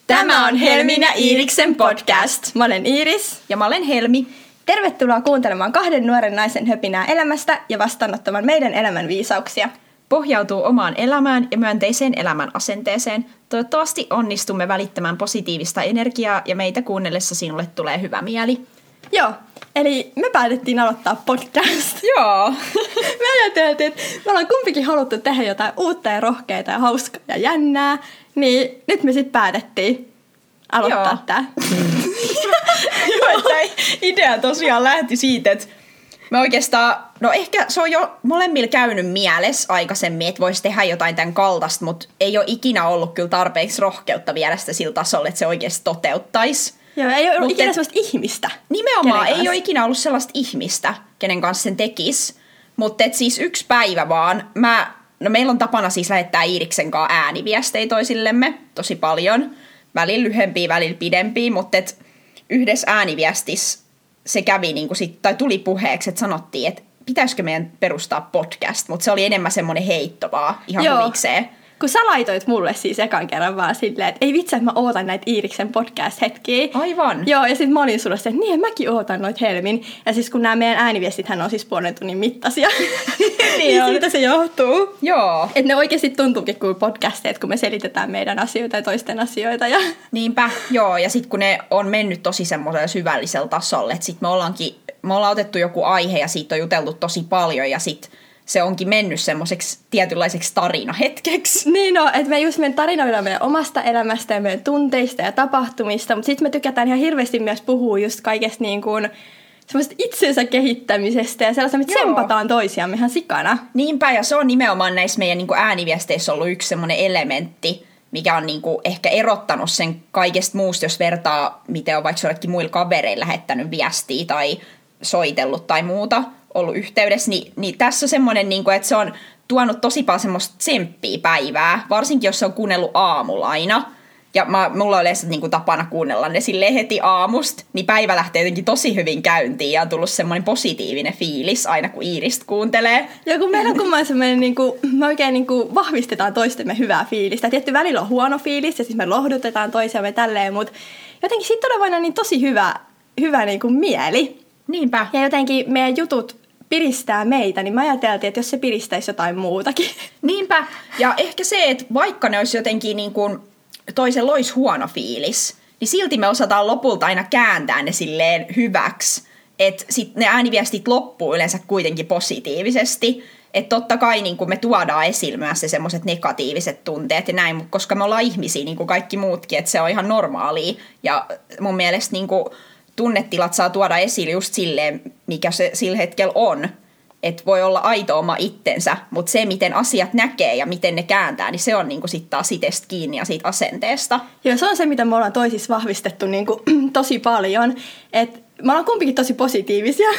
Tämä on Helmin ja Iiriksen podcast. Mä olen Iiris. Ja mä olen Helmi. Tervetuloa kuuntelemaan kahden nuoren naisen höpinää elämästä ja vastaanottamaan meidän elämän viisauksia. Pohjautuu omaan elämään ja myönteiseen elämän asenteeseen. Toivottavasti onnistumme välittämään positiivista energiaa ja meitä kuunnellessa sinulle tulee hyvä mieli. Joo, eli me päätettiin aloittaa podcast. Joo. Me ajateltiin, että me ollaan kumpikin haluttu tehdä jotain uutta ja rohkeaa ja hauskaa ja jännää. Niin nyt me sitten päätettiin aloittaa tää. Joo, että idea tosiaan lähti siitä, että me oikeastaan, no ehkä se on jo molemmilla käynyt mielessä aikaisemmin, että voisi tehdä jotain tämän kaltaista, mutta ei ole ikinä ollut kyllä tarpeeksi rohkeutta viedä sitä sillä tasolla, että se oikeasti toteuttaisi. Joo, ei ole ikinä sellaista ihmistä. Nimenomaan, ei ole ikinä ollut sellaista ihmistä, kenen kanssa sen tekisi. Mutta siis yksi päivä vaan, meillä on tapana siis lähettää Iiriksen kanssa ääniviestejä toisillemme tosi paljon. Välillä lyhempiä, välillä pidempiä, mutta yhdessä ääniviestissä se kävi tai tuli puheeksi, että sanottiin, että pitäisikö meidän perustaa podcast, mutta se oli enemmän semmoinen heitto vaan, ihan huvikseen. Kun sä laitoit mulle siis ekan kerran vaan silleen, että ei vitsi, että mä ootan näitä Iiriksen podcast-hetkiä. Aivan. Joo, ja sit mä olin sulle se, että niin, mäkin ootan noita Helmin. Ja siis kun nämä meidän ääniviestithän on siis puolen tunnin mittaisia, niin siitä se johtuu. Joo. Että ne oikeasti tuntuukin kuin podcasteet, kun me selitetään meidän asioita ja toisten asioita. Ja niinpä, joo. Ja sit kun ne on mennyt tosi semmoisella syvällisellä tasolla, että sit me ollaan otettu joku aihe ja siitä on juteltu tosi paljon ja sit se onkin mennyt semmoiseksi tietynlaiseksi tarinahetkeksi. Niin että me just tarinoidaan meidän omasta elämästä ja meidän tunteista ja tapahtumista, mutta sitten me tykätään ihan hirveästi myös puhua just kaikesta niin kuin semmoista itsensä kehittämisestä ja sellaista, että tsempataan toisiamme ihan sikana. Niinpä, ja se on nimenomaan näissä meidän niin kuin ääniviesteissä ollut yksi semmoinen elementti, mikä on niin kuin ehkä erottanut sen kaikesta muusta, jos vertaa, miten on vaikka jollekin muilla kavereilla lähettänyt viestiä tai soitellut tai muuta, ollut yhteydessä, niin tässä on semmoinen, että se on tuonut tosi paljon semmoista tsemppiä päivää, varsinkin jos se on kuunnellut aamulla aina. Ja mulla on yleensä tapana kuunnella ne silleen heti aamusta, niin päivä lähtee jotenkin tosi hyvin käyntiin ja on tullut semmoinen positiivinen fiilis aina, kun Iiristä kuuntelee. Ja kun meillä on kumman semmoinen, me oikein vahvistetaan toistemme hyvää fiilistä. Tietty välillä on huono fiilis ja siis me lohdutetaan toisiamme tälleen, mutta jotenkin siitä tulee aina niin tosi hyvä mieli. Niinpä. Ja jotenkin meidän jutut piristää meitä, niin mä ajateltiin, että jos se piristäisi jotain muutakin. Niinpä. Ja ehkä se, että vaikka ne olisi jotenkin toisella olisi huono fiilis, niin silti me osataan lopulta aina kääntää ne silleen hyväksi. Että sitten ne ääniviestit loppuu yleensä kuitenkin positiivisesti. Että totta kai me tuodaan esille myös se semmoiset negatiiviset tunteet ja näin, koska me ollaan ihmisiä niin kuin kaikki muutkin, että se on ihan normaalia. Ja mun mielestä tunnetilat saa tuoda esille just silleen, mikä se sillä hetkellä on. Että voi olla aito oma itsensä, mutta se, miten asiat näkee ja miten ne kääntää, niin se on sitten taas itsestä kiinni ja siitä asenteesta. Joo, se on se, mitä me ollaan toisissa vahvistettu tosi paljon. Että me ollaan kumpikin tosi positiivisia,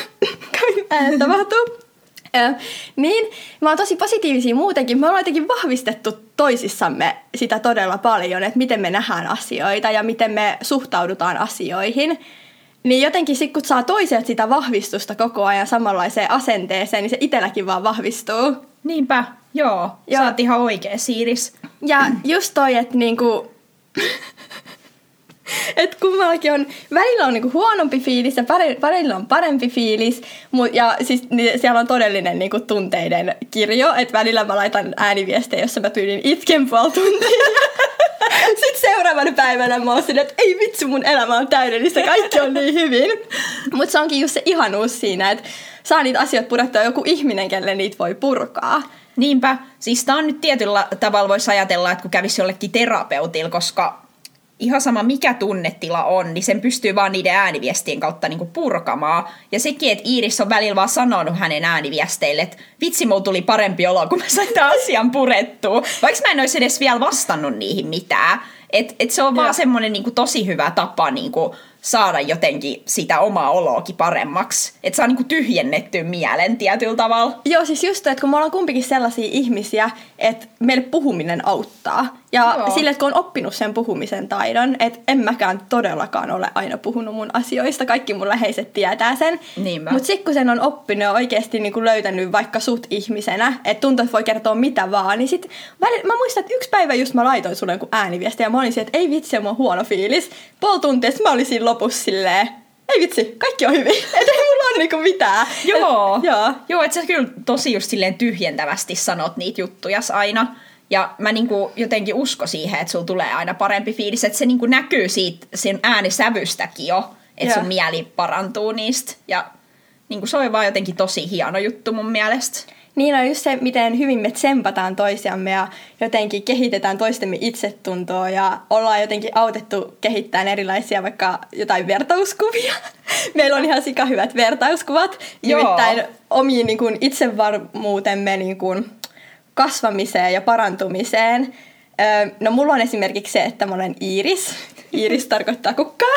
kun tapahtuu. Niin, me ollaan tosi positiivisia muutenkin. Me ollaan jotenkin vahvistettu toisissamme sitä todella paljon, että miten me nähdään asioita ja miten me suhtaudutaan asioihin. Niin jotenkin sit, kun saa toiselta sitä vahvistusta koko ajan samanlaiseen asenteeseen, niin se itselläkin vaan vahvistuu. Niinpä, joo. Sä oot ihan oikea, Siiris. Ja just toi, että että kummallakin on, välillä on huonompi fiilis ja välillä on parempi fiilis, ja siis siellä on todellinen tunteiden kirjo, että välillä mä laitan ääniviestejä, jossa mä tyylin itken puoli tuntia. Sitten seuraavana päivänä mä oon silleen, että ei vitsi, mun elämä on täydellistä, kaikki on niin hyvin. Mutta se onkin just se ihanuus siinä, että saa niitä asioita purettua joku ihminen, kelle niitä voi purkaa. Niinpä. Siis tää on nyt tietyllä tavalla voisi ajatella, että kun kävisi jollekin terapeutilla, koska ihan sama mikä tunnetila on, niin sen pystyy vaan niiden ääniviestien kautta purkamaan. Ja sekin, että Iiris on välillä vaan sanonut hänen ääniviesteille, että vitsi, mulla tuli parempi olo, kun mä sain tämän asian purettua. Vaikka mä en olisi edes vielä vastannut niihin mitään. Et se on vaan semmoinen tosi hyvä tapa saada jotenkin sitä omaa oloakin paremmaksi. Että saa niinku tyhjennettyä mielen tietyllä tavalla. Joo, siis just että kun me ollaan kumpikin sellaisia ihmisiä, että meille puhuminen auttaa. Ja sille, että kun on oppinut sen puhumisen taidon, että en mäkään todellakaan ole aina puhunut mun asioista. Kaikki mun läheiset tietää sen. Mutta sitten kun sen on oppinut ja oikeasti niinku löytänyt vaikka sut ihmisenä, että tuntuu, että voi kertoa mitä vaan, niin sit mä muistan, että yksi päivä just mä laitoin sulle joku ääniviesti ja mä olin että ei vitsi, mä oon huono fiilis. Puoli tuntia, mä olin siinä lopussa silleen, ei vitsi, kaikki on hyvin. Että ei mulla ole niinku mitään. Joo, että sä kyllä tosi just silleen tyhjentävästi sanot niitä juttuja aina. Ja mä niinku jotenkin usko siihen, että sulla tulee aina parempi fiilis. Että se niinku näkyy siitä sen äänisävystäkin jo, että sun mieli parantuu niistä. Ja niinku se on vaan jotenkin tosi hieno juttu mun mielestä. Niin on just se, miten hyvin me tsempataan toisiamme ja jotenkin kehitetään toistemme itsetuntoa ja ollaan jotenkin autettu kehittämään erilaisia vaikka jotain vertauskuvia. Meillä on ihan sikahyvät vertauskuvat, nimittäin omiin niin kuin itsevarmuutemme niin kuin kasvamiseen ja parantumiseen. No mulla on esimerkiksi se, että mä olen Iiris. Iiris tarkoittaa kukkaa,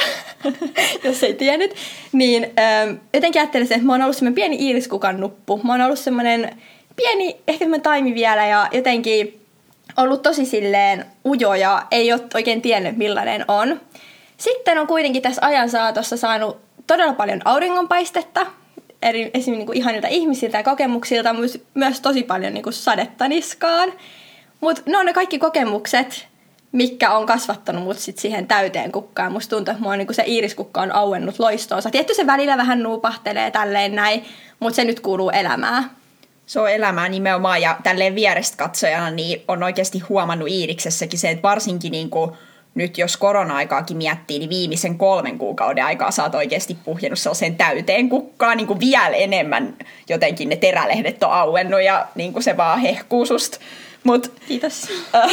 jos ei tiennyt. Niin jotenkin ajattelisin, että mä oon ollut semmoinen pieni iiriskukan nuppu. Mä oon ollut semmoinen pieni, ehkä semmoinen taimi vielä ja jotenkin ollut tosi silleen ujo ja ei ole oikein tiennyt millainen on. Sitten on kuitenkin tässä ajan saatossa saanut todella paljon auringonpaistetta. Esimerkiksi niin kuin ihanilta ihmisiltä ja kokemuksilta, myös tosi paljon niin kuin sadetta niskaan. Mutta ne on ne kaikki kokemukset, mikä on kasvattanut mut sit siihen täyteen kukkaan. Musta tuntuu, että mua niinku se iiriskukka on auennut loistoonsa. Tietty se välillä vähän nuupahtelee tälleen näin, mutta se nyt kuuluu elämään. Se on elämää nimenomaan ja tälleen vierestä katsojana niin on oikeasti huomannut Iiriksessäkin se, että varsinkin niinku nyt jos korona-aikaakin miettii, niin viimeisen 3 kuukauden aikaa sä oot oikeasti puhjennut sellaiseen täyteen kukkaan. Niin kuin vielä enemmän jotenkin ne terälehdet on auennut ja niin kuin se vaan hehkuu susta. Kiitos.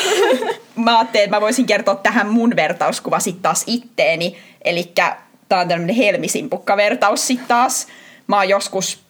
Mä ajattelin, että mä voisin kertoa tähän mun vertauskuva sit taas itteeni. Elikkä tää on tämmönen helmisimpukka-vertaus sit taas. Mä oon joskus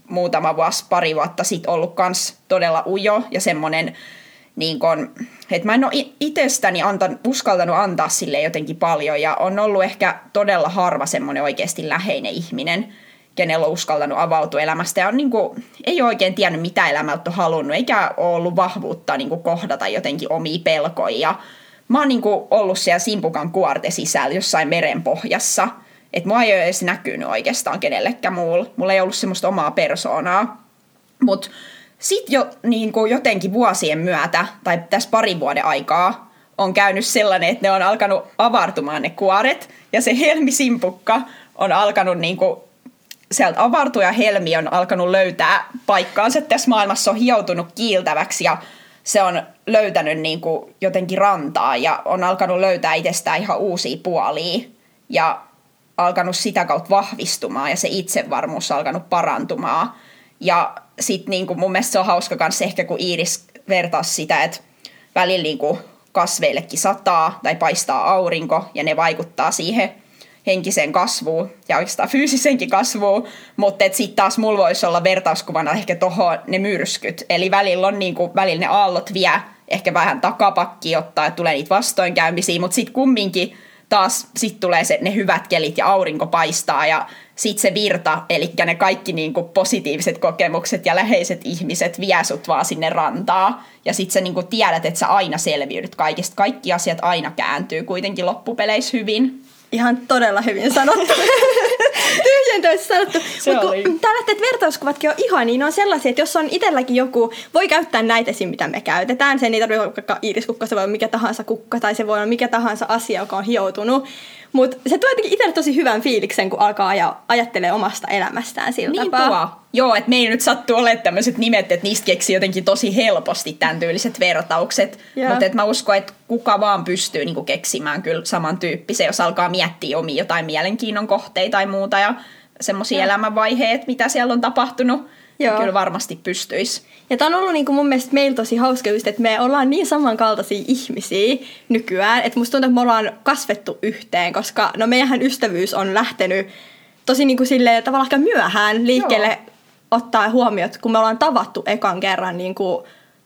pari vuotta sit ollut kans todella ujo ja semmonen niin kun, että mä en ole itsestäni uskaltanut antaa sille jotenkin paljon ja on ollut ehkä todella harva semmoinen oikeasti läheinen ihminen, kenellä on uskaltanut avautua elämästä ja on, niin kuin, ei ole oikein tiennyt, mitä elämältä on halunnut, eikä ole ollut vahvuutta niin kuin, kohdata jotenkin omia pelkoja. Mä oon niin kuin, ollut siellä simpukan kuorten sisällä jossain merenpohjassa, että mua ei ole edes näkynyt oikeastaan kenellekään muulla. Mulla ei ollut semmoista omaa persoonaa, mutta sitten jo niin kuin jotenkin vuosien myötä, tai tässä 2 vuoden aikaa, on käynyt sellainen, että ne on alkanut avartumaan ne kuoret, ja se helmisimpukka on alkanut niin kuin sieltä avartua, ja helmi on alkanut löytää paikkaansa tässä maailmassa, on hioutunut kiiltäväksi, ja se on löytänyt niin kuin jotenkin rantaa, ja on alkanut löytää itsestään ihan uusia puolia, ja alkanut sitä kautta vahvistumaan, ja se itsevarmuus on alkanut parantumaan, ja sitten niinku mun mielestä se on hauska kanssa ehkä, kun Iiris vertaisi sitä, että välillä niinku kasveillekin sataa tai paistaa aurinko ja ne vaikuttaa siihen henkiseen kasvuun ja oikeastaan fyysisenkin kasvuun, mutta sitten taas mulla voisi olla vertauskuvana ehkä tohon ne myrskyt. Eli välillä ne aallot vie ehkä vähän takapakkia ottaa, että tulee niitä vastoinkäymisiä, mutta sitten kumminkin taas tulee ne hyvät kelit ja aurinko paistaa ja sitten se virta, eli ne kaikki niinku positiiviset kokemukset ja läheiset ihmiset vie sut vaan sinne rantaa. Ja sitten sä niinku tiedät, että sä aina selviydyt kaikista. Kaikki asiat aina kääntyy kuitenkin loppupeleissä hyvin. Ihan todella hyvin sanottu. Tyhjentävästi sanottu. Mutta tällaiset vertauskuvatkin on ihania. Ne on sellaisia, että jos on itselläkin joku, voi käyttää näitä esim. Mitä me käytetään. Se ei tarvitse olla iiriskukka, se voi olla mikä tahansa kukka tai se voi olla mikä tahansa asia, joka on hioutunut. Mutta se tuo jotenkin itselle tosi hyvän fiiliksen, kun alkaa ajattelee omasta elämästään sillä niin tapaa. Joo, että meillä nyt sattuu olemaan tämmöiset nimet, että niistä keksii jotenkin tosi helposti tämän tyyliset vertaukset. Mutta mä uskon, että kuka vaan pystyy niinku keksimään kyllä samantyyppisen, jos alkaa miettiä omia jotain mielenkiinnon kohteita tai muuta ja semmoisia elämänvaiheet, mitä siellä on tapahtunut. Kyllä varmasti pystyisi. Ja tämä on ollut niin kuin mun mielestä meillä tosi hauska just, että me ollaan niin samankaltaisia ihmisiä nykyään, että musta tuntuu, että me ollaan kasvettu yhteen, koska no meidän ystävyys on lähtenyt tosi niin kuin silleen tavallaan ehkä myöhään liikkeelle ottaa huomiot, kun me ollaan tavattu ekan kerran niin kuin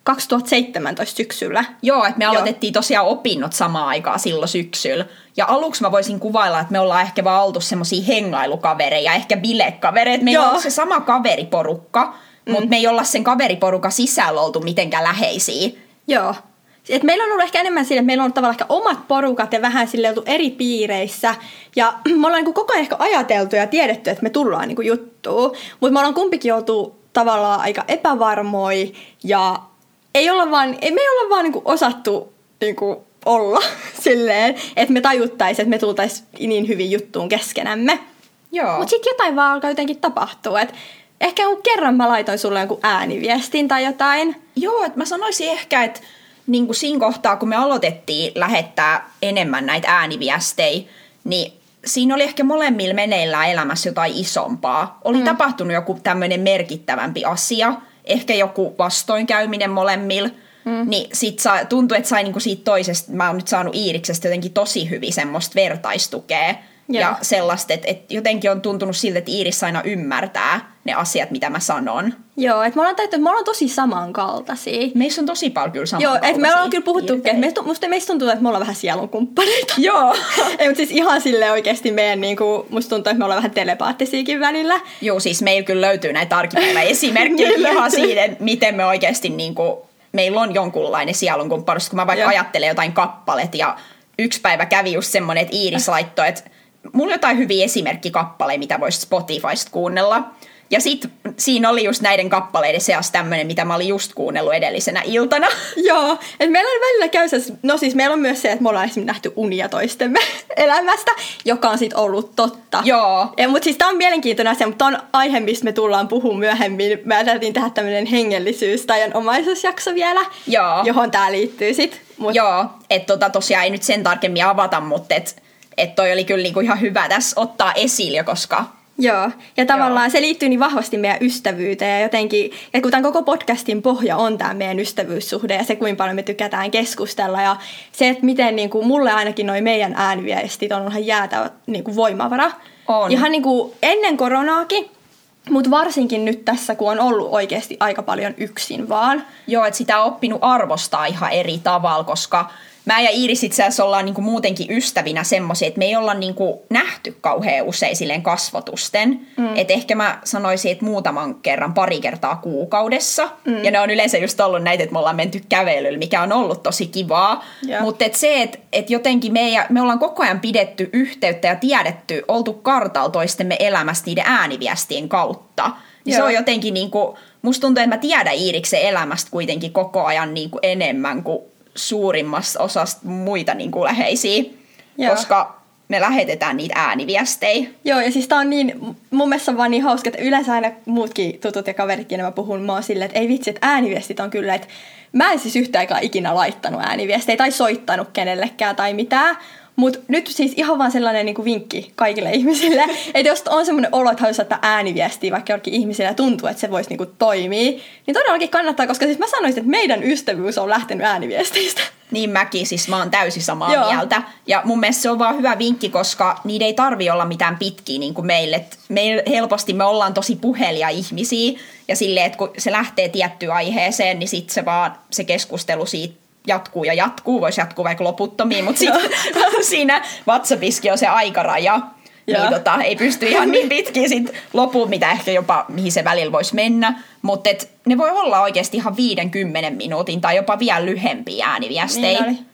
2017 syksyllä. Joo, että me aloitettiin tosiaan opinnot samaan aikaan silloin syksyllä. Ja aluksi mä voisin kuvailla, että me ollaan ehkä vaan oltu semmosia hengailukavereja, ehkä bilekavereita. Me ei ole se sama kaveriporukka, mutta me ei olla sen kaveriporukan sisällä oltu mitenkään läheisiä. Joo. Et meillä on ollut ehkä enemmän sille, että meillä on ollut tavallaan ehkä omat porukat ja vähän sille oltu eri piireissä. Ja me ollaan niin koko ajan ehkä ajateltu ja tiedetty, että me tullaan niin juttuun. Mutta me ollaan kumpikin oltu tavallaan aika epävarmoja ja me ei olla vaan niin osattu niin olla silleen, että me tajuttaisiin, että me tultaisiin niin hyvin juttuun keskenämme. Mutta sitten jotain vaan alkaa jotenkin tapahtua. Et ehkä kerran mä laitoin sulle jonkun ääniviestin tai jotain. Joo, että mä sanoisin ehkä, että niin siinä kohtaa, kun me aloitettiin lähettää enemmän näitä ääniviestejä, niin siinä oli ehkä molemmilla meneillään elämässä jotain isompaa. Oli tapahtunut joku tämmöinen merkittävämpi asia, ehkä joku vastoinkäyminen molemmilla. Niin sit tuntui, että sai niinku siitä toisesta, mä oon nyt saanut Iiriksestä jotenkin tosi hyvin semmoista vertaistukea. Ja sellaista, että jotenkin on tuntunut siltä, että Iiris aina ymmärtää ne asiat, mitä mä sanon. Joo, että me ollaan tosi samankaltaisia. Meissä on tosi paljon kyllä samankaltaisia. Joo, että me ollaan kyllä puhuttu, että meistä tuntuu, että me ollaan vähän sielunkumppaneita. Joo. Ei, mutta siis ihan silleen oikeasti meidän, niinku, musta tuntuu, että me ollaan vähän telepaattisiakin välillä. Joo, siis meillä kyllä löytyy näitä arkipäivän esimerkkejä ihan siitä, miten me oikeasti niinku, meillä on jonkunlainen sielunkumppanuus, kun mä vaikka ajattelen jotain kappalet ja yksi päivä kävi just semmoinen, että Iiris laittoi, että mulla on jotain hyviä esimerkkikappaleita, mitä voisi Spotifysta kuunnella. Ja sit siinä oli just näiden kappaleiden seassa tämmönen, mitä mä olin just kuunnellut edellisenä iltana. Joo, että meillä on välillä käytössä, no siis meillä on myös se, että me ollaan esimerkiksi nähty unia toistemme elämästä, joka on sit ollut totta. Joo. Mutta siis tää on mielenkiintoinen asia, mutta on aihe, mistä me tullaan puhumaan myöhemmin. Me ajateltiin tehdä tämmönen hengellisyys- tai omaisuusjakso vielä, johon tää liittyy sit. Joo, että tosiaan ei nyt sen tarkemmin avata, mutta että toi oli kyllä niinku ihan hyvä tässä ottaa esille, koska... Joo, ja tavallaan se liittyy niin vahvasti meidän ystävyyteen ja jotenkin, ja kun tämän koko podcastin pohja on tämä meidän ystävyyssuhde ja se, kuinka paljon me tykätään keskustella ja se, että miten niin kuin mulle ainakin noi meidän ääniviestit on ihan jäätävä niin kuin voimavara. On. Ihan niin kuin ennen koronaakin, mutta varsinkin nyt tässä, kun on ollut oikeasti aika paljon yksin vaan. Joo, että sitä on oppinut arvostaa ihan eri tavalla, koska... Mä ja Iiris itse asiassa ollaan niinku muutenkin ystävinä semmoisia, että me ei olla niinku nähty kauhean usein silleen kasvotusten. Että ehkä mä sanoisin, että muutaman kerran, pari kertaa kuukaudessa. Ja ne on yleensä just ollut näitä, että me ollaan menty kävelyllä, mikä on ollut tosi kivaa. Mutta se, että jotenkin me ollaan koko ajan pidetty yhteyttä ja tiedetty, oltu kartalla toistemme elämästä niiden ääniviestien kautta. Ja se on jotenkin niinku, musta tuntuu, että mä tiedän Iiriksen elämästä kuitenkin koko ajan niinku enemmän kuin suurimmassa osasta muita niin kuin läheisiä, koska me lähetetään niitä ääniviestejä. Joo, ja siis tää on niin, mun mielestä on vaan niin hauska, että yleensä aina muutkin tutut ja kaveritkin, mä puhun, mä oon silleen, että ei vitsi, että ääniviestit on kyllä, että mä en siis yhtä aikaa ikinä laittanut ääniviestejä tai soittanut kenellekään tai mitään. Mutta nyt siis ihan vaan sellainen niinku vinkki kaikille ihmisille, että jos on semmoinen olo, että haluaisi saattaa ääniviestiä vaikka jollekin ihmisille ja tuntuu, että se voisi niinku toimia, niin todellakin kannattaa, koska siis mä sanoisin, että meidän ystävyys on lähtenyt ääniviesteistä. Niin mäkin, siis mä oon täysin samaa mieltä. Ja mun mielestä se on vaan hyvä vinkki, koska niitä ei tarvi olla mitään pitkiä niin kuin meille. Helposti me ollaan tosi puhelia ihmisiä ja silleen, että kun se lähtee tiettyyn aiheeseen, niin sit se keskustelu siitä jatkuu, voisi jatkuu vaikka loputtomiin, mutta siinä WhatsAppissakin on se aikaraja, niin ei pysty ihan niin pitkin sit loppuun, mitä ehkä jopa mihin se välillä voisi mennä, mutta ne voi olla oikeasti ihan 5-10 minuutin tai jopa vielä lyhempiä ääniviestejä. Niin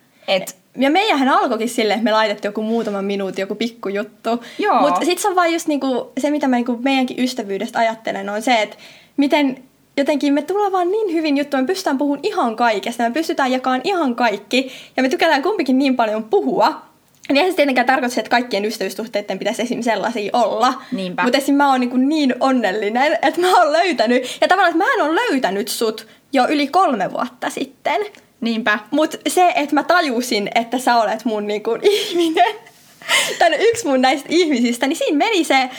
ja meidänhän alkoikin silleen, että me laitettiin joku muutaman minuutin, joku pikkujuttu, mutta sitten se on vaan just niinku, se, mitä mä niinku meidänkin ystävyydestä ajattelen, on se, että miten jotenkin me tullaan vaan niin hyvin juttuja, me pystytään puhumaan ihan kaikesta, me pystytään jakamaan ihan kaikki, ja me tykätään kumpikin niin paljon puhua. Niin eihän se tietenkään tarkoita, että kaikkien ystävyyssuhteiden pitäisi esimerkiksi sellaisia olla. Niinpä. Mutta esimerkiksi mä oon niin onnellinen, että mä oon löytänyt, ja tavallaan, että mä oon löytänyt sut jo yli 3 vuotta sitten. Niinpä. Mutta se, että mä tajusin, että sä olet mun niinku ihminen, tai yksi mun näistä ihmisistä, niin siinä meni se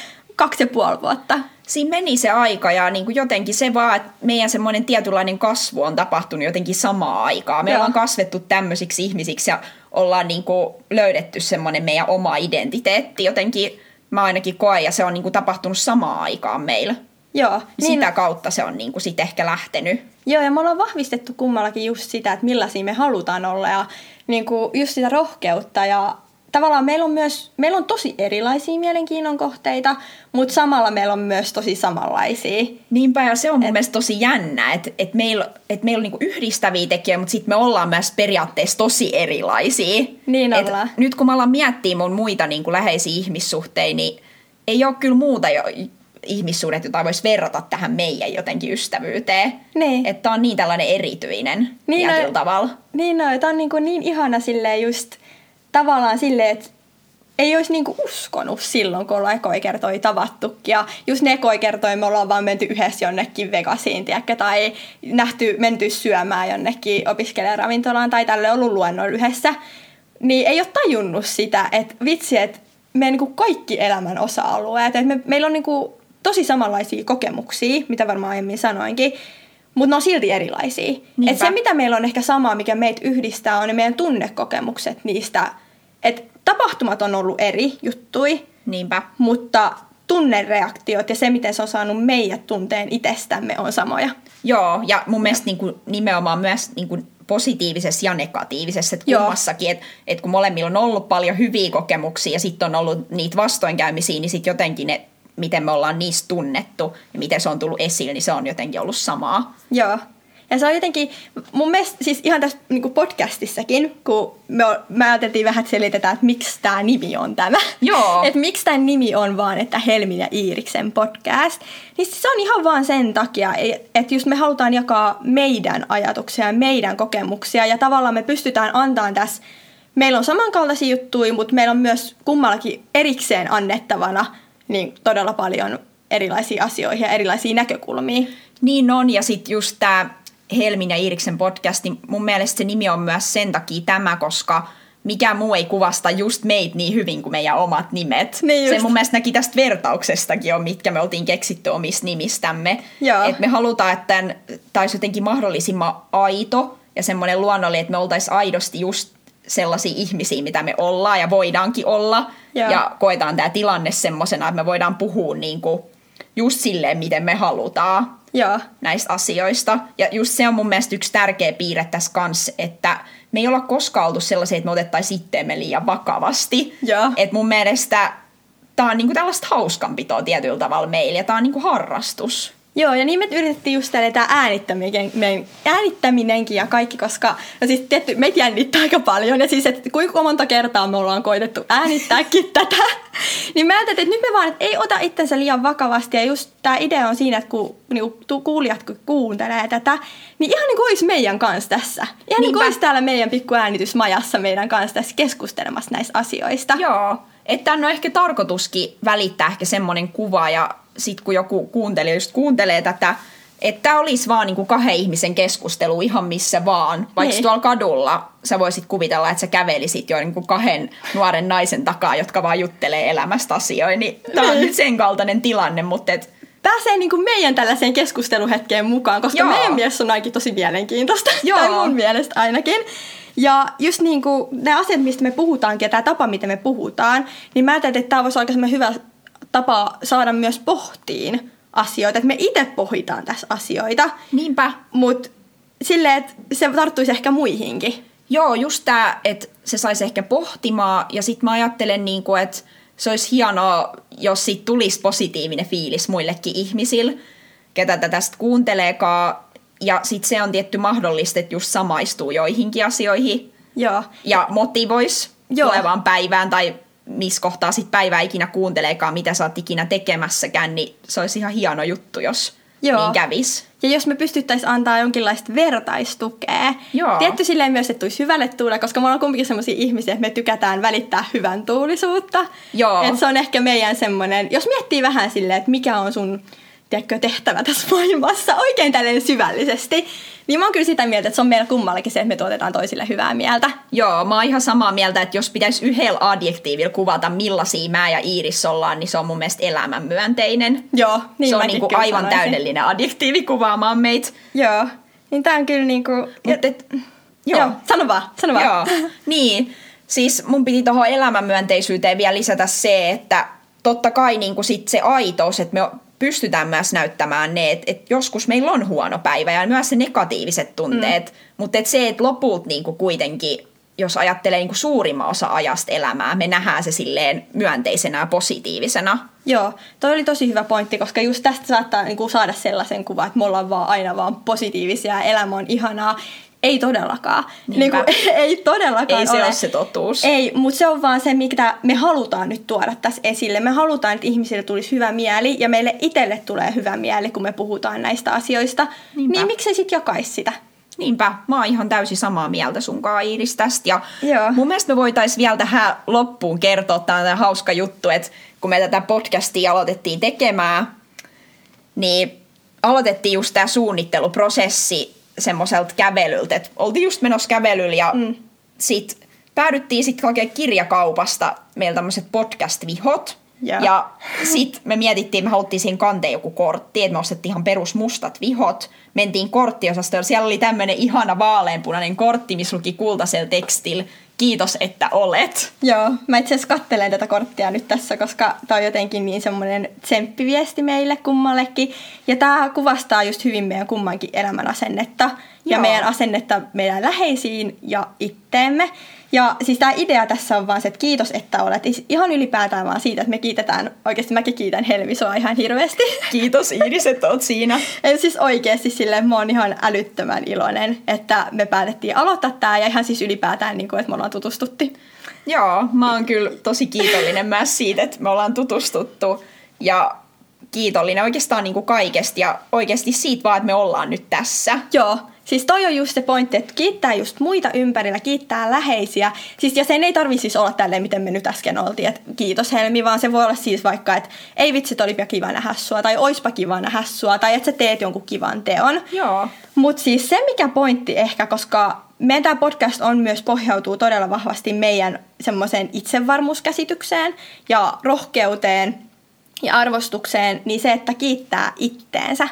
2,5 vuotta. Siinä meni se aika ja niin kuin jotenkin se vaan, että meidän semmoinen tietynlainen kasvu on tapahtunut jotenkin samaa aikaa. Me ollaan kasvettu tämmöisiksi ihmisiksi ja ollaan niin kuin löydetty semmoinen meidän oma identiteetti jotenkin. Mä ainakin koen ja se on niin kuin tapahtunut samaan aikaan meillä. Joo. Sitä kautta se on niin kuin sit ehkä lähtenyt. Joo, ja me ollaan vahvistettu kummallakin just sitä, että millaisia me halutaan olla ja niin kuin just sitä rohkeutta ja tavallaan meillä on tosi erilaisia mielenkiinnon kohteita, mutta samalla meillä on myös tosi samanlaisia. Niinpä, ja se on mun mielestä tosi jännä, että meillä on niinku yhdistäviä tekijöitä, mutta sitten me ollaan myös periaatteessa tosi erilaisia. Niin ollaan. Nyt kun mä alan miettiä mun muita niinku läheisiä ihmissuhteita, niin ei ole kyllä muuta ihmissuhdet, jota voisi verrata tähän meidän jotenkin ystävyyteen. Niin. Että on niin tällainen erityinen tietyllä tavalla. Niin, tämä on niin ihana silleen just tavallaan silleen, että ei olisi niinku uskonut silloin, kun ollaan ekoja kertoja tavattukin. Ja just ne ekoja kertoja me ollaan vaan menty yhdessä jonnekin Vegasiin, tiedäkö, tai menty syömään jonnekin opiskelijaravintolaan tai tälle ollut luennoilla yhdessä. Niin ei ole tajunnut sitä, että vitsi, että meidän niinku kaikki elämän osa-alueet, että meillä on niinku tosi samanlaisia kokemuksia, mitä varmaan aiemmin sanoinkin, mutta ne on silti erilaisia. Et se, mitä meillä on ehkä samaa, mikä meitä yhdistää, on ne meidän tunnekokemukset niistä. Et tapahtumat on ollut eri juttui, Niinpä. mutta tunnereaktiot ja se, miten se on saanut meidät tunteen itsestämme, on samoja. Joo, ja mun mielestä niinku nimenomaan myös niinku positiivisessa ja negatiivisessa, että kummassakin, että kun molemmilla on ollut paljon hyviä kokemuksia ja sitten on ollut niitä vastoinkäymisiä, niin sitten jotenkin ne, miten me ollaan niistä tunnettu ja miten se on tullut esille, niin se on jotenkin ollut samaa. Joo. Ja se on jotenkin, mun mielestä siis ihan tässä niin podcastissakin, kun me ajateltiin vähän, että selitetään, että miksi tämä nimi on tämä. Joo. Että miksi tämä nimi on vaan, että Helmin ja Iiriksen podcast. Niin se on ihan vaan sen takia, että just me halutaan jakaa meidän ajatuksia ja meidän kokemuksia. Ja tavallaan me pystytään antamaan tässä, meillä on samankaltaisia juttuja, mutta meillä on myös kummallakin erikseen annettavana niin todella paljon erilaisia asioita ja erilaisia näkökulmia. Niin on, ja sitten just tämä Helmin ja Iiriksen podcast, niin mun mielestä se nimi on myös sen takia tämä, koska mikään muu ei kuvasta just meitä niin hyvin kuin meidän omat nimet. Niin se mun mielestä näki tästä vertauksestakin on, mitkä me oltiin keksitty omista nimistämme. Että me halutaan, että tämä olisi jotenkin mahdollisimman aito ja semmoinen luonnollinen, että me oltaisiin aidosti just sellaisia ihmisiä, mitä me ollaan ja voidaankin olla. Ja koetaan tämä tilanne semmoisena, että me voidaan puhua niinku just silleen, miten me halutaan näistä asioista. Ja just se on mun mielestä yksi tärkeä piirre tässä kanssa, että me ei olla koskaan oltu sellaisia, että me otettaisiin itteemme liian vakavasti. Että mun mielestä tää on niinku tällaista hauskanpitoa tietyllä tavalla meillä ja tää on niinku harrastus. Joo, ja niin me yritettiin just tämä äänittäminenkin ja kaikki, koska no siis tietty, meitä jännittää aika paljon. Ja siis, että kuinka monta kertaa me ollaan koitettu äänittääkin tätä. Niin mä ajattelin, että nyt me vaan, että ei ota itsensä liian vakavasti. Ja just tämä idea on siinä, että kun kuulijat kuuntelee tätä, niin ihan niin kuin olisi meidän kanssa tässä. Ihan niin kuin olisi täällä meidän pikku äänitysmajassa meidän kanssa tässä keskustelemassa näistä asioista. Joo, että tämän on ehkä tarkoituskin välittää ehkä semmoinen kuva ja sitten kun joku kuuntelija just kuuntelee tätä, että olisi vaan niinku kahden ihmisen keskustelu ihan missä vaan. Vaikka tuolla kadulla sä voisit kuvitella, että sä kävelisit jo niinku kahden nuoren naisen takaa, jotka vaan juttelee elämästä asioita. Niin tämä on nyt sen kaltainen tilanne, mutta pääsee niinku meidän tällaiseen keskusteluhetkeen mukaan, koska meidän mielestä on ainakin tosi mielenkiintoista. Tai mun mielestä ainakin. Ja just niinku nämä asiat, mistä me puhutaankin ja tämä tapa, miten me puhutaan, niin mä ajattelin, että tämä voisi olla aika hyvä tapa saada myös pohtiin asioita, että me itse pohditaan tässä asioita. Niinpä. Mutta silleen, että se tarttuisi ehkä muihinkin. Joo, just tämä, että se saisi ehkä pohtimaan ja sitten mä ajattelen, niinku, että se olisi hienoa, jos siitä tulisi positiivinen fiilis muillekin ihmisille, ketä tätä sitten kuunteleekaan. Ja sitten se on tietty mahdollista, että just samaistuu joihinkin asioihin. Joo. Ja motivoisi tulevaan päivään tai missä kohtaa sit päivää ikinä kuunteleekaan, mitä sä oot ikinä tekemässäkään, niin se olisi ihan hieno juttu, jos niin kävis. Ja jos me pystyttäisiin antaa jonkinlaista vertaistukea. Tietty silleen myös, että tulisi hyvälle tuulelle, koska me ollaan kumminkin sellaisia ihmisiä, että me tykätään välittää hyvän tuulisuutta. Että se on ehkä meidän semmoinen, jos miettii vähän silleen, että mikä on sun tehtävä tässä maailmassa oikein tälleen syvällisesti, niin mä oon kyllä sitä mieltä, että se on meillä kummallakin se, että me tuotetaan toisille hyvää mieltä. Joo, mä oon ihan samaa mieltä, että jos pitäisi yhdellä adjektiivilla kuvata, millaisia mä ja Iiris ollaan, niin se on mun mielestä elämänmyönteinen. Joo, niin se on niinku aivan täydellinen adjektiivi kuvaamaan meitä. Joo, niin tää on kyllä niinku... Joo, sano vaan. Joo, niin. Siis mun piti tohon elämänmyönteisyyteen vielä lisätä se, että totta kai niinku sit se aitous, että me pystytään myös näyttämään ne, että joskus meillä on huono päivä ja myös se negatiiviset tunteet, mutta se, että lopulta niinku kuitenkin, jos ajattelee niinku suurimman osa ajasta elämää, me nähdään se silleen myönteisenä ja positiivisena. Joo, toi oli tosi hyvä pointti, koska just tästä saattaa niinku saada sellaisen kuvan, että me ollaan aina vaan positiivisia ja elämä on ihanaa. Ei todellakaan. Ei todellakaan Ei se ole se totuus. Ei, mutta se on vaan se, mitä me halutaan nyt tuoda tässä esille. Me halutaan, että ihmisille tulisi hyvä mieli ja meille itselle tulee hyvä mieli, kun me puhutaan näistä asioista. Niinpä. Niin miksei sit jakaisi sitä? Niinpä, mä oon ihan täysin samaa mieltä sunkaan, Iiris, tästä. Ja mun mielestä me voitaisiin vielä tähän loppuun kertoa, tämä hauska juttu, että kun me tätä podcastia aloitettiin tekemään, niin aloitettiin just tämä suunnitteluprosessi semmoiselta kävelyltä, että oltiin just menossa kävelyllä ja sit päädyttiin sitten oikein kirjakaupasta meillä tämmöiset podcast-vihot. Ja sit me mietittiin, me haluttiin siihen kanteen joku kortti, että me ostettiin ihan perusmustat vihot. Mentiin korttiosastoon, siellä oli tämmönen ihana vaaleanpunainen kortti, missä luki kultaisella tekstillä, kiitos, että olet. Joo, mä itse asiassa katselen tätä korttia nyt tässä, koska tää on jotenkin niin semmoinen tsemppiviesti meille kummallekin. Ja tää kuvastaa just hyvin meidän kummankin elämän asennetta. Ja meidän asennetta meidän läheisiin ja itteemme. Ja siis tämä idea tässä on vaan se, että kiitos, että olet. Ihan ylipäätään vaan siitä, että me kiitetään, oikeasti mäkin kiitän Helmi sua ihan hirveästi. Kiitos Iiris, että oot siinä. Eli siis oikeasti silleen mä oon ihan älyttömän iloinen, että me päätettiin aloittaa tää ja ihan siis ylipäätään, niin kuin, että me ollaan tutustuttu. Joo, mä oon kyllä tosi kiitollinen myös siitä, että me ollaan tutustuttu ja kiitollinen oikeastaan niin kuin kaikesta ja oikeasti siitä vaan, että me ollaan nyt tässä. Joo. Siis toi on just se pointti, että kiittää just muita ympärillä, kiittää läheisiä. Siis, ja sen ei tarvitse siis olla tälleen, miten me nyt äsken oltiin, että kiitos Helmi, vaan se voi olla siis vaikka, että ei vitsi, että olipa kiva nähdä sua, tai oispa kiva nähdä sua, tai että sä teet jonkun kivan teon. Joo. Mutta siis se, mikä pointti ehkä, koska meidän tämä podcast on myös pohjautuu todella vahvasti meidän semmoiseen itsevarmuuskäsitykseen ja rohkeuteen ja arvostukseen, niin se, että kiittää itteensä.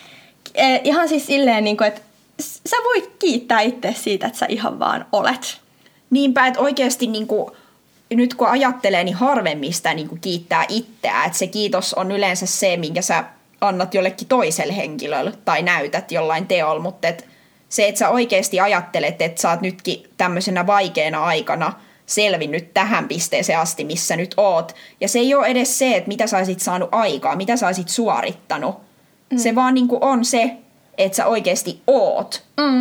Ihan siis silleen, niin kuin, että sä voit kiittää itse siitä, että sä ihan vaan olet. Niinpä, että oikeasti niin kuin, nyt kun ajattelee, niin harvemmin sitä niin kuin kiittää itseään. Että se kiitos on yleensä se, minkä sä annat jollekin toiselle henkilölle tai näytät jollain teolla. Mutta se, että sä oikeasti ajattelet, että sä oot nytkin tämmöisenä vaikeana aikana selvinnyt tähän pisteeseen asti, missä nyt oot. Ja se ei ole edes se, että mitä sä olisit saanut aikaa, mitä sä olisit suorittanut. Se vaan niin kuin on se, että sä oikeasti oot.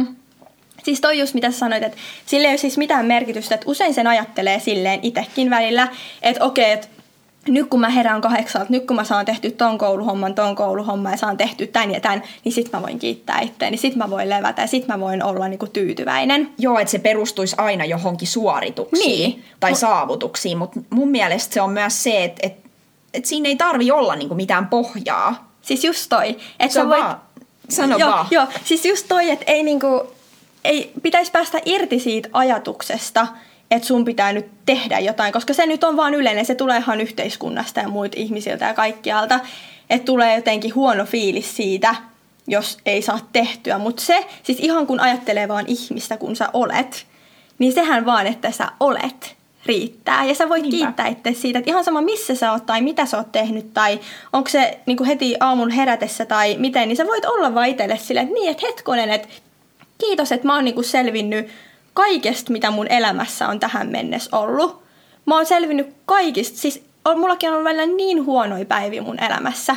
Siis toi just mitä sä sanoit, että sillä ei ole siis mitään merkitystä, että usein sen ajattelee silleen itsekin välillä, että okei, että nyt kun mä herään 8, nyt kun mä saan tehty ton kouluhomman ja saan tehty tän ja tän, niin sit mä voin kiittää itteeni, sit mä voin levätä ja sit mä voin olla niinku tyytyväinen. Joo, että se perustuisi aina johonkin suorituksiin tai saavutuksiin, mutta mun mielestä se on myös se, että siinä ei tarvi olla niinku mitään pohjaa. Siis just toi, että sä voit... Sano vaan. Joo, siis just toi, että ei pitäisi päästä irti siitä ajatuksesta, että sun pitää nyt tehdä jotain, koska se nyt on vaan yleinen, se tulee ihan yhteiskunnasta ja muilta ihmisiltä ja kaikkialta, että tulee jotenkin huono fiilis siitä, jos ei saa tehtyä, mutta se, siis ihan kun ajattelee vaan ihmistä, kun sä olet, niin sehän vaan, että sä olet, riittää. Ja sä voit kiittää itse siitä, että ihan sama missä sä oot tai mitä sä oot tehnyt tai onko se niin kuin heti aamun herätessä tai miten, niin sä voit olla vaan itselle silleen, että niin, että hetkonen, että kiitos, että mä oon niin kuin selvinnyt kaikesta, mitä mun elämässä on tähän mennessä ollut. Mä oon selvinnyt kaikista, siis mullakin on ollut välillä niin huonoja päiviä mun elämässä.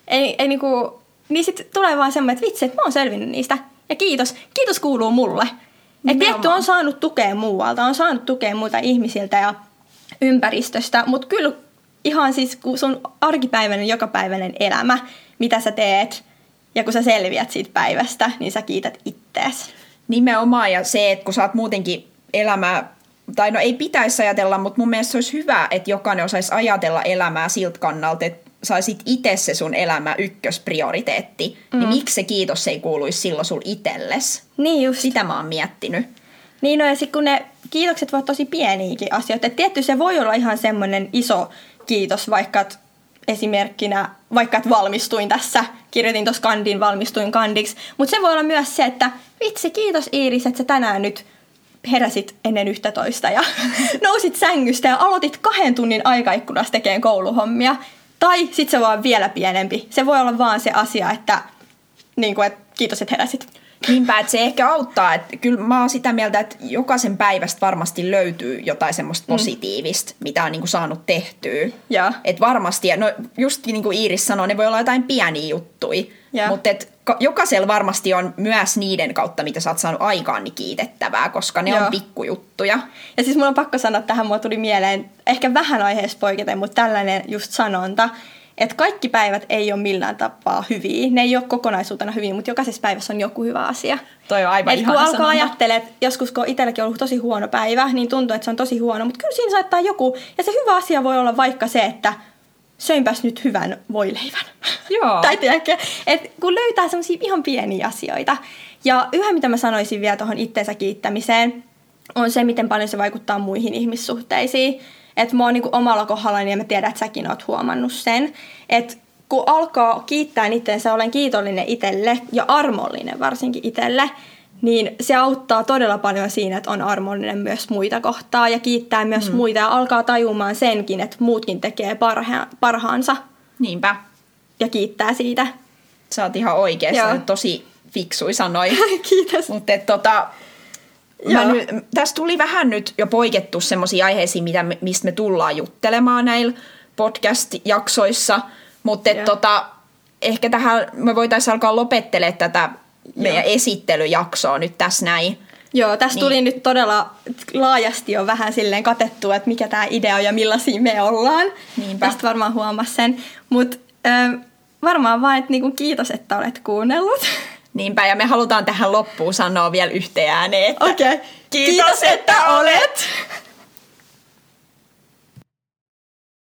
Niin sit tulee vaan semmoinen, että vitsi, että mä oon selvinnyt niistä. Ja kiitos kuuluu mulle. Että tietty on saanut tukea muualta, on saanut tukea muilta ihmisiltä ja ympäristöstä, mutta kyllä ihan siis kun sun arkipäiväinen, jokapäiväinen elämä, mitä sä teet ja kun sä selviät siitä päivästä, niin sä kiität ittees. Nimenomaan ja se, että kun sä oot muutenkin elämää, tai no ei pitäisi ajatella, mutta mun mielestä se olisi hyvä, että jokainen osaisi ajatella elämää siltä kannalta, että saisit itse se sun elämä ykkösprioriteetti, niin miksi se kiitos ei kuuluisi silloin sul itselles? Niin just. Sitä mä oon miettinyt. Niin no ja sit kun ne kiitokset voivat tosi pieniäkin asioita. Et tietty se voi olla ihan semmoinen iso kiitos, vaikka esimerkkinä, vaikka että valmistuin tässä, kirjoitin tuossa kandin, valmistuin kandiksi. Mutta se voi olla myös se, että vitsi kiitos Iiris, että sä tänään nyt heräsit ennen 11 ja nousit sängystä ja aloitit 2 tunnin aikaikkunassa tekemään kouluhommia. Tai sitten se voi olla vielä pienempi. Se voi olla vaan se asia, että, niin kuin, että kiitos, että heräsit. Niinpä, että se ehkä auttaa, että kyllä mä oon sitä mieltä, että jokaisen päivästä varmasti löytyy jotain semmoista positiivista, mitä on niinku saanut tehtyä. Että varmasti, no just niin kuin Iiris sanoi, ne voi olla jotain pieniä juttuja, mutta jokaisella varmasti on myös niiden kautta, mitä sä oot saanut aikaan, niin kiitettävää, koska ne on pikkujuttuja. Ja siis mulla on pakko sanoa, että tähän mulla tuli mieleen, ehkä vähän aiheessa poiketen, mutta tällainen just sanonta, että kaikki päivät ei ole millään tapaa hyviä. Ne ei ole kokonaisuutena hyviä, mutta jokaisessa päivässä on joku hyvä asia. Toi on aivan ihana kun alkaa sanonta. ajattelemaan, että joskus kun on itselläkin ollut tosi huono päivä, niin tuntuu, että se on tosi huono. Mutta kyllä siinä saattaa joku, ja se hyvä asia voi olla vaikka se, että söinpäs nyt hyvän voileivän. Joo. Tai tiedätkö, että kun löytää semmoisia ihan pieniä asioita. Ja yhä mitä mä sanoisin vielä tuohon itsensä kiittämiseen, on se, miten paljon se vaikuttaa muihin ihmissuhteisiin. Että mä oon niinku omalla kohdallani ja mä tiedän, että säkin oot huomannut sen. Että kun alkaa kiittää itsensä, olen kiitollinen itselle ja armollinen varsinkin itselle, niin se auttaa todella paljon siinä, että on armollinen myös muita kohtaa ja kiittää myös muita ja alkaa tajumaan senkin, että muutkin tekee parhaansa. Niinpä. Ja kiittää siitä. Sä oot ihan oikeassa, tosi fiksui sanoi. Kiitos. Mutta tässä tuli vähän nyt jo poikettu semmoisia aiheisiin, mistä me tullaan juttelemaan näillä podcast-jaksoissa, mutta ehkä tähän me voitaisiin alkaa lopettelemaan tätä meidän esittelyjaksoa nyt tässä näin. Joo, tässä tuli nyt todella laajasti jo vähän silleen katettua, että mikä tämä idea on ja millaisia me ollaan. Niinpä. Tästä varmaan huomasi sen, mutta varmaan vaan, että niinku kiitos, että olet kuunnellut. Niinpä, ja me halutaan tähän loppuun sanoa vielä yhteen ääneen, että Okei. Kiitos, että olet